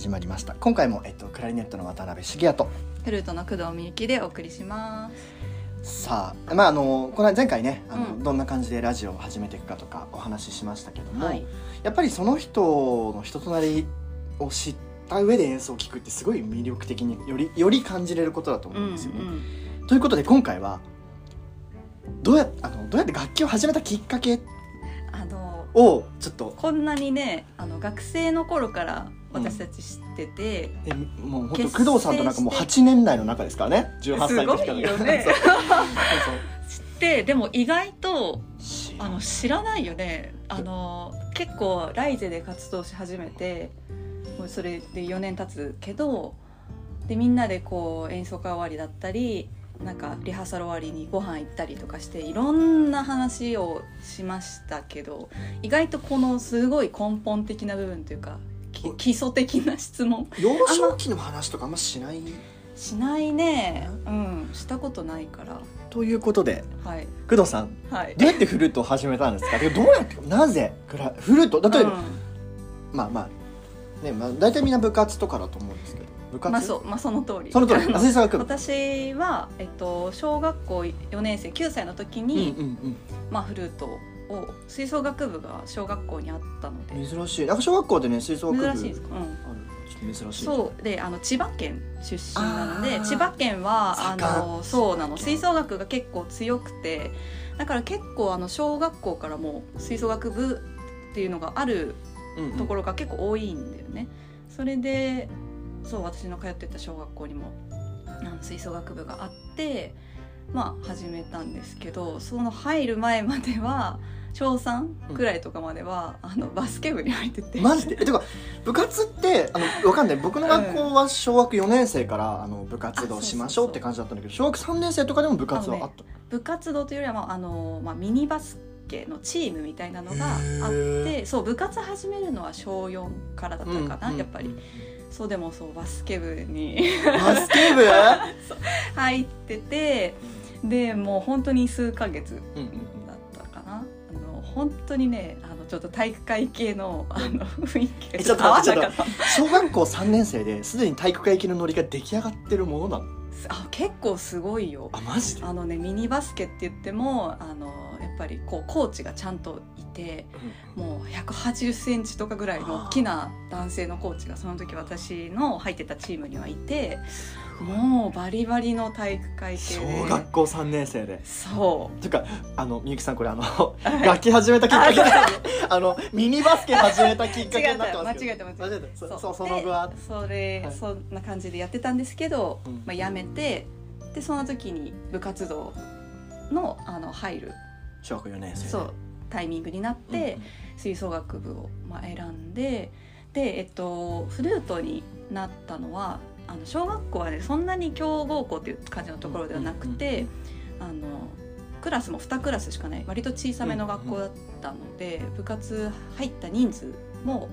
始まりました。今回も、クラリネットの渡辺茂也とフルートの工藤美幸でお送りします。 さあ、この前回ねどんな感じでラジオを始めていくかとかお話ししましたけども、やっぱりその人の人となりを知った上で演奏を聴くってすごい魅力的により感じれることだと思うんですよね。ということで今回はどうやって楽器を始めたきっかけをちょっとこんなにね学生の頃から私たち知ってて、 もう本当工藤さんとなんかもう8年代の中ですからね。18歳の時からすごいよね知ってでも意外と知らないよね。結構ライゼで活動し始めてもうそれで4年経つけど、でみんなでこう演奏会終わりだったりなんかリハーサル終わりにご飯行ったりとかしていろんな話をしましたけど、意外とこのすごい根本的な部分というか基礎的な質問幼少期の話とかあんましないね。したことないから。 ということで、工藤さん、どうやってフルートを始めたんですか？どうやってなぜフルート例えば、大体みんな部活とかだと思うんですけど、部活その通り吹奏楽部。 私は、小学校4年生9歳の時に、フルートを吹奏楽部が小学校にあったので。 珍しい。なんか小学校でね吹奏楽部珍しいですか？ 珍しい。 そうで千葉県出身なので、千葉県はそうなの、吹奏楽が結構強くて、だから結構小学校からも吹奏楽部っていうのがあるところが結構多いんだよね。それで私の通ってた小学校にも吹奏楽部があって始めたんですけど、その入る前までは小3くらいとかまでは、バスケ部に入ってて。 マジで？てか部活ってわかんない。僕の学校は小学4年生から部活動しましょうって感じだったんだけど、小学3年生とかでも部活はあった？ 部活動というよりはミニバスケのチームみたいなのがあって、部活始めるのは小4からだったかな、やっぱり。でもバスケ部に入ってて、でもう本当に数ヶ月だったかな。本当にねちょっと体育会系の雰囲気がちょっと合わなかった。 小学校3年生ですでに体育会系のノリが出来上がってるものなの？ 結構すごいよ。 マジで？ ミニバスケって言ってもやっぱりコーチがちゃんといて、もう180センチとかぐらいの大きな男性のコーチがその時私の入ってたチームにはいて、もうバリバリの体育会系で。 小学校3年生で。 そうてかみゆきさんこれ楽器始めたきっかけミニバスケ始めたきっかけになってますけど。間違えた。その後はそんな感じでやってたんですけど、やめて、でその時に部活動の入る小学4年生タイミングになって、吹奏楽部を選んで、フルートになったのは小学校はねそんなに強豪校っていう感じのところではなくて、クラスも2クラスしかない割と小さめの学校だったので、部活入った人数も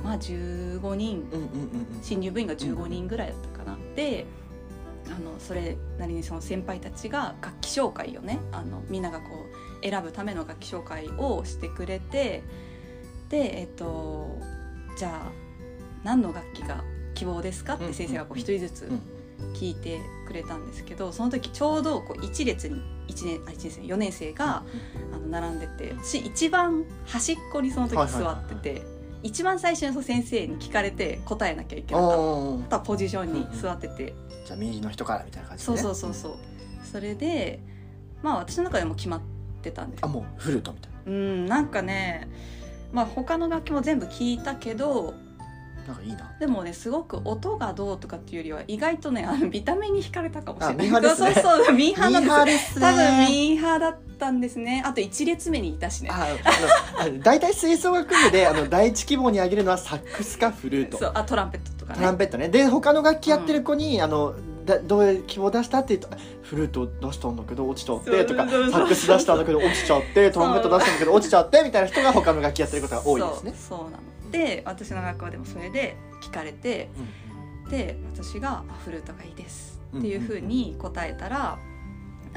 15人、新入部員が15人ぐらいだったかな。でそれなりにその先輩たちが楽器紹介をねみんながこう選ぶための楽器紹介をしてくれて、でじゃあ何の楽器が希望ですかって先生がこう一人ずつ聞いてくれたんですけど、その時ちょうどこう一列に4年生が並んでて、私一番端っこにその時座ってて、一番最初に先生に聞かれて答えなきゃいけなかったポジションに座ってて、 じゃあ右の人からみたいな感じでね。 そうそれで私の中でも決まってたんです。 もうフルートみたいな。 なんかね他の楽器も全部聞いたけど、 なんかいいな。 でもねすごく音がどうとかっていうよりは意外とね見た目に惹かれたかもしれない。 ミーハーですね。 そうミーハーなんです。 ね、 多分ミーハーだったんですね。あと1列目にいたしね。 大体吹奏楽部で第一希望に挙げるのはサックスかフルート。 トランペットとかね。 トランペットね。で他の楽器やってる子に、どういう希望出したって言うと、フルート出したんだけど落ちちゃってとか、サックス出したんだけど落ちちゃって、トランペット出したんだけど落ちちゃってみたいな人が他の楽器やってることが多いですね。 そうなの。で私の学校でもそれで聞かれて、で私がフルートがいいですっていうふうに答えたら、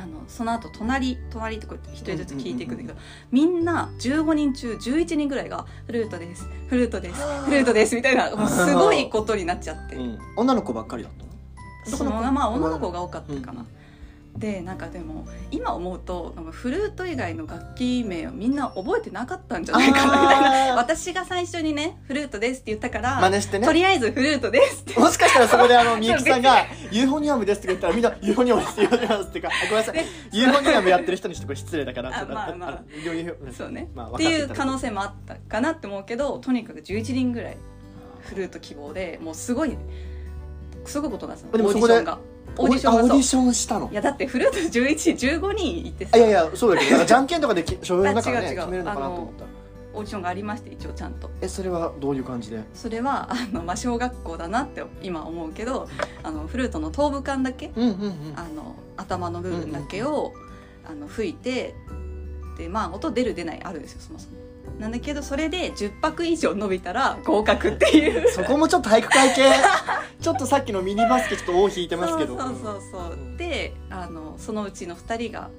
その後隣とか一人ずつ聞いていくんだけど、みんな15人中11人ぐらいがフルートですフルートですフルートですみたいな、もうすごいことになっちゃって、 女の子ばっかりだったの？ まあ女の子が多かったかな。でなんかでも今思うとフルート以外の楽器名をみんな覚えてなかったんじゃないかなみたいな。私が最初にねフルートですって言ったから真似してね、 とりあえずフルートですってもしかしたらそこでみゆきさんがユーフォニアムですって言ったらみんなユーフォニアムですって言われますっていうか、ごめんなさい、ユーフォニアムやってる人にしてこれ失礼だからそうね、っていう可能性もあったかなって思うけど、とにかく11人ぐらいフルート希望で、もうすごいことがオーディションがオーディションしたの？ いやだってフルート11、15人いてさ、 いやそうだけどじゃんけんとかで所有の中で、ね、決めるのかなと思った。 オーディションがありまして一応ちゃんと。 それはどういう感じで？それは小学校だなって今思うけど、フルートの頭部管だけ、頭の部分だけを吹いて、で音出る出ないあるんですよそもそも。なんだけどそれで10拍以上伸びたら合格っていうそこもちょっと体育会系ちょっとさっきのミニバスケちょっと尾を引いてますけど、 そうでそのうちの2人が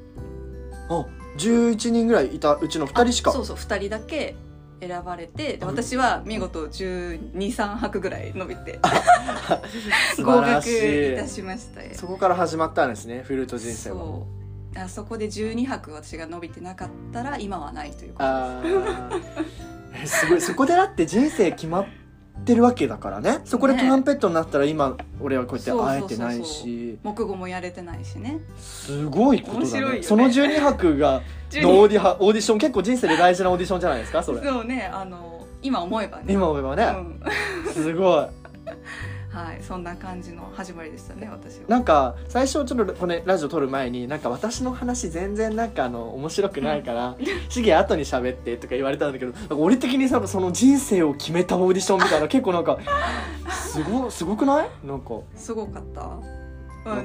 11人ぐらいいたうちの2人しか、 そう2人だけ選ばれて、で私は見事12、3拍ぐらい伸びて合格いたしました。 そこから始まったんですねフルート人生は。 そこで12拍私が伸びてなかったら今はないということです。すごい、そこでだって人生決まってるわけだからね。そこでトランペットになったら今俺はこうやって会えてないし、 木語もやれてないしね。 すごいことだね。その12拍がのオーディション結構人生で大事なオーディションじゃないですかそれ。 そうね、今思えばね、 すごいはい、そんな感じの始まりでしたね私は。 なんか最初ちょっとこのラジオ撮る前に私の話全然面白くないからシゲ後に喋ってとか言われたんだけど、俺的にその人生を決めたオーディションみたいな結構すごくない？ すごかった。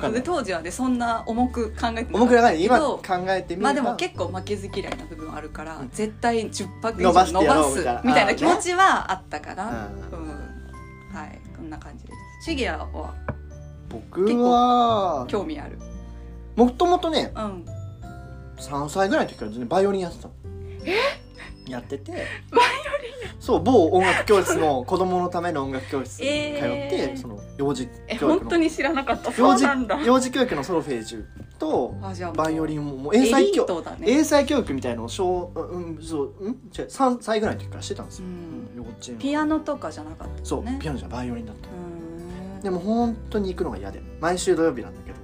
で当時はねそんな重く考えて重くない今考えてみるとでも結構負けず嫌いな部分あるから、絶対10拍以上伸ばすみたいな気持ちはあったから、はい、こんな感じです。シゲアは僕は興味ある。 もともとね、3歳ぐらいの時から全然バイオリンやってた。やってて、バイオリン、そう某音楽教室の子供のための音楽教室に通って、その幼児教育の本当に知らなかった。そうなんだ。 幼児教育のソルフェージュとバイオリンも英才教育みたいなのを3歳ぐらいの時からしてたんですよ。幼稚園。 ピアノとかじゃなかった、ね。 そう、ピアノじゃバイオリンだった。でも本当に行くのが嫌で、毎週土曜日なんだけど、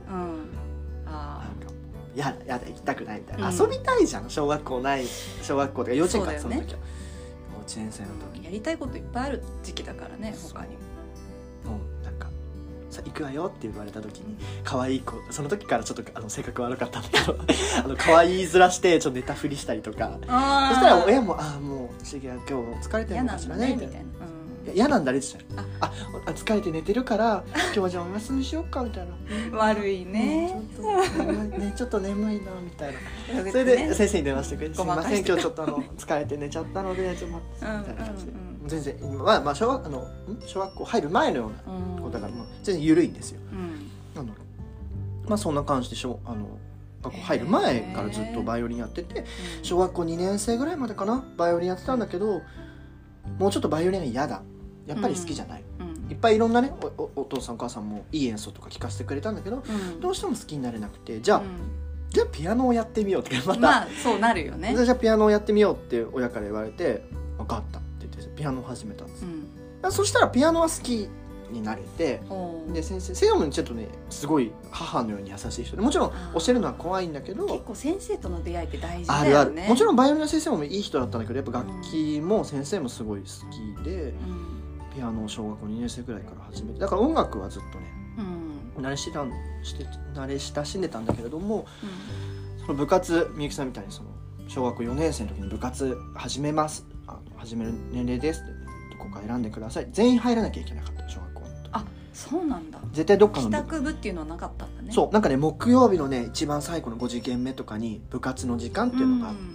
やだ行きたくないみたいな、遊びたいじゃん。小学校とか幼稚園からその時は、幼稚園生の時やりたいこといっぱいある時期だからね。他にもうなんかさ行くわよって言われた時に可愛い子、その時からちょっと性格悪かったんだけど可愛い面してちょっと寝たふりしたりとか、そしたら親ももうシゲは今日疲れてるのかしらねみたいな。嫌なんだねって言ったら、疲れて寝てるから今日はじゃあお休みしようかみたいな悪いね、 ちょっと眠いなみたいな。それで先生に電話してくれて、すいません今日ちょっと疲れて寝ちゃったのでちょっと待ってみたいな感じで、全然小学校入る前のようなことだから全然緩いんですよ。そんな感じで学校入る前からずっとバイオリンやってて、小学校2年生ぐらいまでかなバイオリンやってたんだけど、もうちょっとバイオリンが嫌だ、やっぱり好きじゃない、いっぱいいろんなね お父さんお母さんもいい演奏とか聴かせてくれたんだけど、どうしても好きになれなくて、じゃあピアノをやってみようってまた、 そうなるよね。 じゃあピアノをやってみようって親から言われて、分かったって言ってピアノを始めたんです、そしたらピアノは好きになれて、で先生もちょっとねすごい母のように優しい人で、もちろん教えるのは怖いんだけど、 結構先生との出会いって大事だよね。 もちろんバイオリンの先生もいい人だったんだけど、やっぱ楽器も先生もすごい好きで、ピアノを小学校2年生ぐらいから始めて、だから音楽はずっとね、慣れ親しんでたんだけれども、その部活、みゆきさんみたいにその小学校4年生の時に部活始めます、始める年齢ですって、どこか選んでください、全員入らなきゃいけなかった。小学校の時。 そうなんだ。 絶対どっかの帰宅部っていうのはなかったんだね。 そう、なんかね、木曜日のね一番最後の5時限目とかに部活の時間っていうのがあって、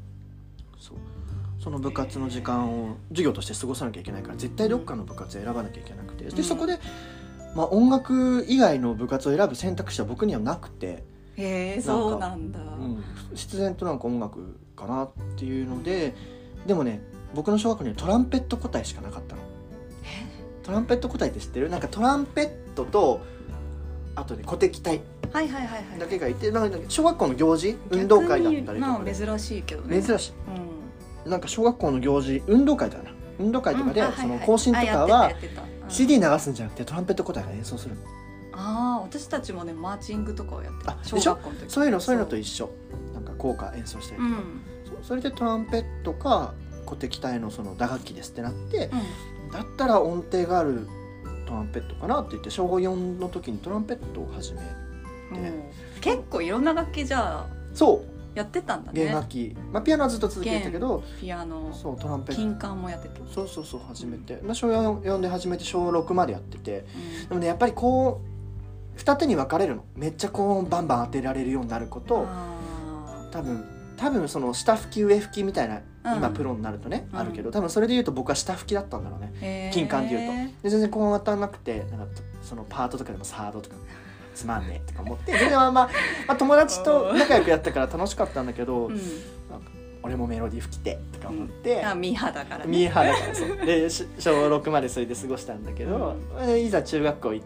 その部活の時間を授業として過ごさなきゃいけないから、絶対どっかの部活を選ばなきゃいけなくて、でそこで、音楽以外の部活を選ぶ選択肢は僕にはなくて、 へえ、そうなんだ。 必然となんか音楽かなっていうので、でもね僕の小学校にはトランペット個体しかなかったの。トランペット個体って知ってる？なんかトランペットとあとね鼓笛隊だけがいて、なんか小学校の行事運動会だったりとか、 まあ珍しいけどね。 珍しい、なんか小学校の行事運動会だな、運動会とかで、その行進とかは CD 流すんじゃなくてトランペット個体が演奏するの。 ああ、私たちもねマーチングとかをやってた。小学校の時そういうのと一緒。なんか校歌演奏したりとか、それでトランペットか鼓笛隊のその打楽器ですってなって、だったら音程があるトランペットかなって言って小4の時にトランペットを始めて、 結構いろんな楽器じゃあそうやってたんだね。 弦楽器、ピアノはずっと続けてたけど、 ピアノ、 そうトランペット、 金管もやってた。 そう始めて、小4で始めて小6までやってて、でもねやっぱりこう二手に分かれるの。めっちゃ高音バンバン当てられるようになること、多分その下吹き上吹きみたいな、今プロになるとね、あるけど、多分それで言うと僕は下吹きだったんだろうね、金管で言うと。で全然高音当たらなくて、なんかそのパートとかでもサードとかつまんねえとか思って全然友達と仲良くやったから楽しかったんだけど、なんか俺もメロディー吹きてとか思って、 ミーハーだからね。 ミーハーだからそうで小6までそれで過ごしたんだけど、いざ中学校行って、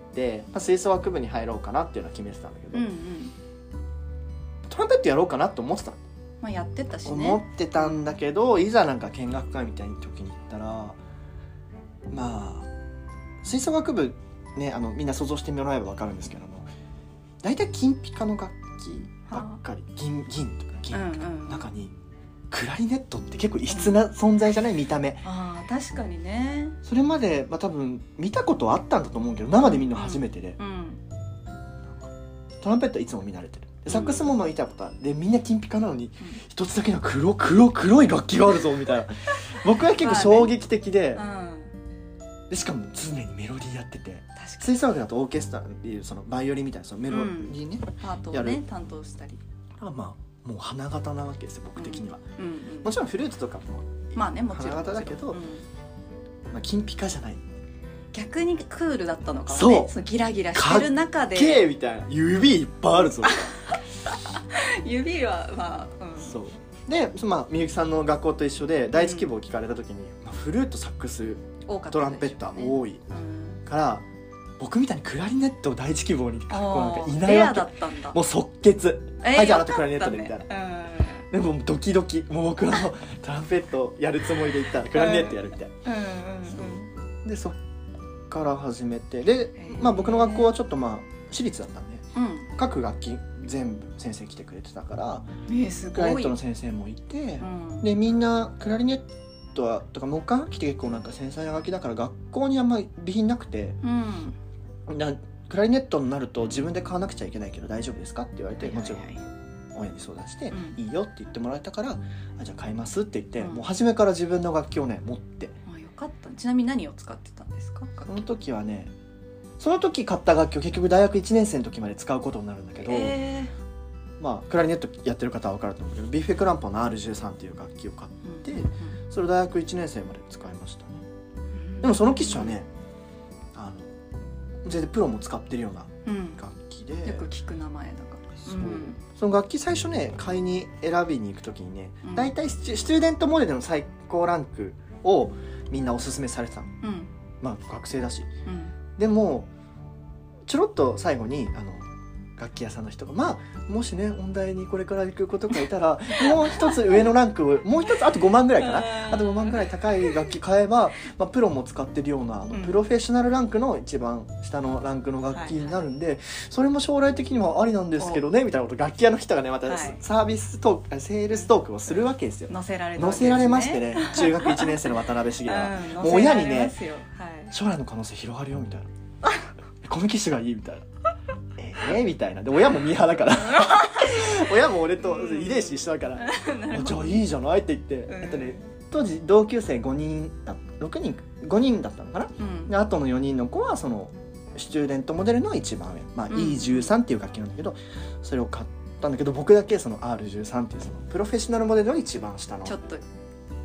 吹奏楽部に入ろうかなっていうのは決めてたんだけど、トランペットやろうかなって思ってた。 やってたしね。 思ってたんだけど、いざなんか見学会みたいな時に行ったら、吹奏楽部ね、みんな想像してもらえば分かるんですけども、大体金ピカの楽器ばっかり、銀とか銀とか、中にクラリネットって結構異質な存在じゃない？見た目。 確かにね。 それまで、多分見たことはあったんだと思うけど、生で見るの初めてで、トランペットはいつも見慣れてる。サックスも見たことある。でみんな金ピカなのに、一つだけの黒い楽器があるぞみたいな僕は結構衝撃的で、でしかも常にメロディーやってて、吹奏楽だとオーケストラっていうそのバイオリンみたいなそのメロディーね、 パートをね担当したり、 もう花形なわけですよ僕的には。もちろんフルートとかも花形だけど、金ピカじゃない。 逆にクールだったのかもね。そうギラギラしてる中でかっけーみたいな、指いっぱいあるぞ指はそうで、みゆきさんの学校と一緒で第一希望を聞かれた時に、フルートサックストランペッター多いから、僕みたいにクラリネットを第一希望に書く子なんかいないわけ。もう即決、はいじゃああなたクラリネットでみたいな。でもドキドキ、もう僕はトランペットやるつもりでいったらクラリネットやるみたいな。でそっから始めて、で僕の学校はちょっと私立だったんで、各楽器全部先生来てくれてたから、クラリネットの先生もいて、でみんなクラリネットとか木管楽器って結構なんか繊細な楽器だから学校にあんまり備品なくて、クラリネットになると自分で買わなくちゃいけないけど大丈夫ですかって言われて、もちろん親に相談して、いいよって言ってもらえたから、じゃあ買いますって言って、もう初めから自分の楽器をね持って。 よかった。ちなみに何を使ってたんですか？ その時はね、その時買った楽器を結局大学1年生の時まで使うことになるんだけど、クラリネットやってる方は分かると思うけど、ビッフェクランポンの R13 っていう楽器を買って、それを大学1年生まで使いましたね。でもその機種はね、全然プロも使ってるような楽器で、 よく聞く名前だから。 その楽器最初ね買いに選びに行く時にね、大体スチューデントモデルの最高ランクをみんなおすすめされてたの、学生だし、でもちょろっと最後に楽器屋さんの人がもしね音大にこれから行く子とかいたらもう一つ上のランクをもう一つあと5万ぐらいかなあと5万ぐらい高い楽器買えば、プロも使ってるようなプロフェッショナルランクの一番下のランクの楽器になるんで、それも将来的にはありなんですけどねみたいなこと楽器屋の人がねまたサービストーク、セールストークをするわけですよ。 載せられましてね、中学1年生の渡辺茂はもう親にね将来の可能性広がるよみたいなこの機種がいいみたいなみたいな。で親もミーハーだから親も俺と遺伝子一緒だからじゃあいいじゃないって言って、当時同級生5人だったのかな、であとの4人の子はそのスチューデントモデルの一番上、E13 っていう楽器なんだけど、それを買ったんだけど、僕だけその R13 っていうそのプロフェッショナルモデルの一番下のちょっとでも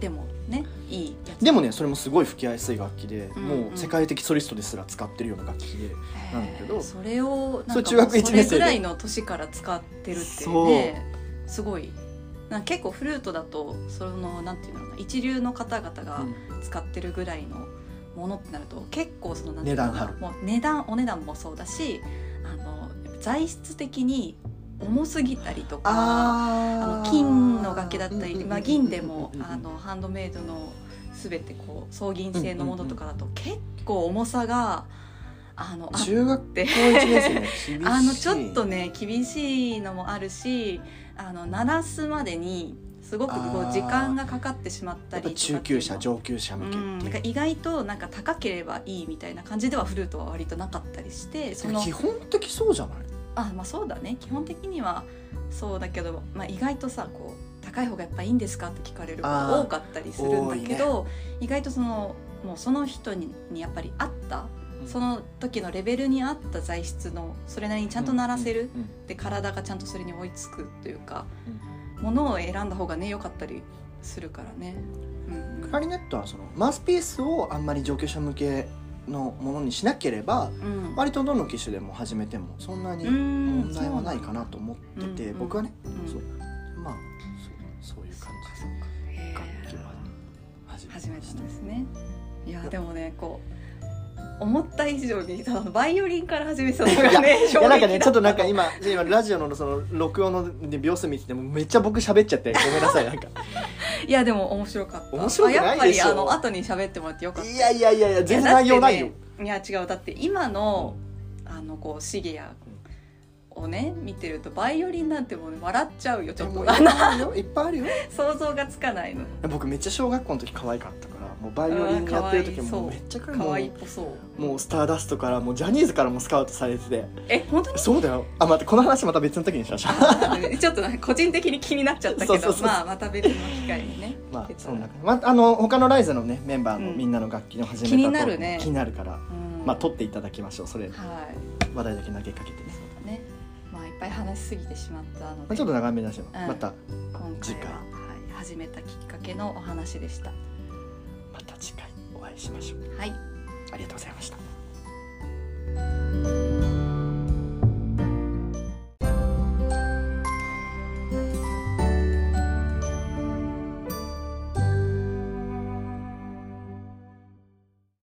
ね、いいやつでもねそれもすごい吹きやすい楽器で、 うんうん、 もう世界的ソリストですら使ってるような楽器でなんだけど、 それをなんか中学1年生でそれぐらいの年から使ってるっていうね、すごいなんか結構フルートだとそのなんていうのかな、一流の方々が使ってるぐらいのものってなると結構そのなんていうのかな、もうお値段もそうだし、材質的に重すぎたりとか、金の楽器だったり、まあ、銀でもハンドメイドの全てこう双銀製のものとかだと結構重さが中学校1年生ね厳しいちょっとね厳しいのもあるし、鳴らすまでにすごくこう時間がかかってしまったりとか、 中級者上級者向けっていう、 なんか意外となんか高ければいいみたいな感じではフルートは割となかったりして、 基本的そうじゃない？ まあそうだね、基本的にはそうだけど、まあ、意外とさこう高い方がやっぱいいんですかって聞かれること多かったりするんだけど、意外ともうその人にやっぱり合ったその時のレベルに合った材質のそれなりにちゃんと鳴らせる、で体がちゃんとそれに追いつくというか、ものを選んだ方がね良かったりするからね、 クラリネットはそのマウスピースをあんまり上級者向けのものにしなければ、割とどの機種でも始めてもそんなに問題はないかなと思ってて、僕はね、まあそういう感じで楽器は始めたんですね。 いやでもねこう思った以上にバイオリンから始めたのがねいやなんかねちょっとなんか今ラジオのその録音の秒数見ててもめっちゃ僕喋っちゃってごめんなさいなんかいやでも面白かった。 面白くないでしょ。 やっぱり後に喋ってもらってよかった。 いや全然内容ないよ。 いや違う、だって今のこうシゲアをね見てるとバイオリンなんてもう、ね、笑っちゃうよちょっと。 いっぱいあるよ。 想像がつかないの。 僕めっちゃ小学校の時可愛かったから、もうバイオリンやってる時もめっちゃ可愛いっぽそう。 もうスターダストからもうジャニーズからもスカウトされてて。 本当に？ そうだよ。待ってこの話また別の時にしましょう。ちょっと個人的に気になっちゃったけど、まあまた別の機会にね。 まあそんな他のライズのねメンバーのみんなの楽器の始め方、気になるね。気になるから、まあ取っていただきましょう。それ、話題だけ投げかけてね。 そうだね。まあいっぱい話しすぎてしまったので、 ちょっと長めだしまた次回始めたきっかけのお話でした。 また次回お会いしましょう。 はい。 ありがとうございました。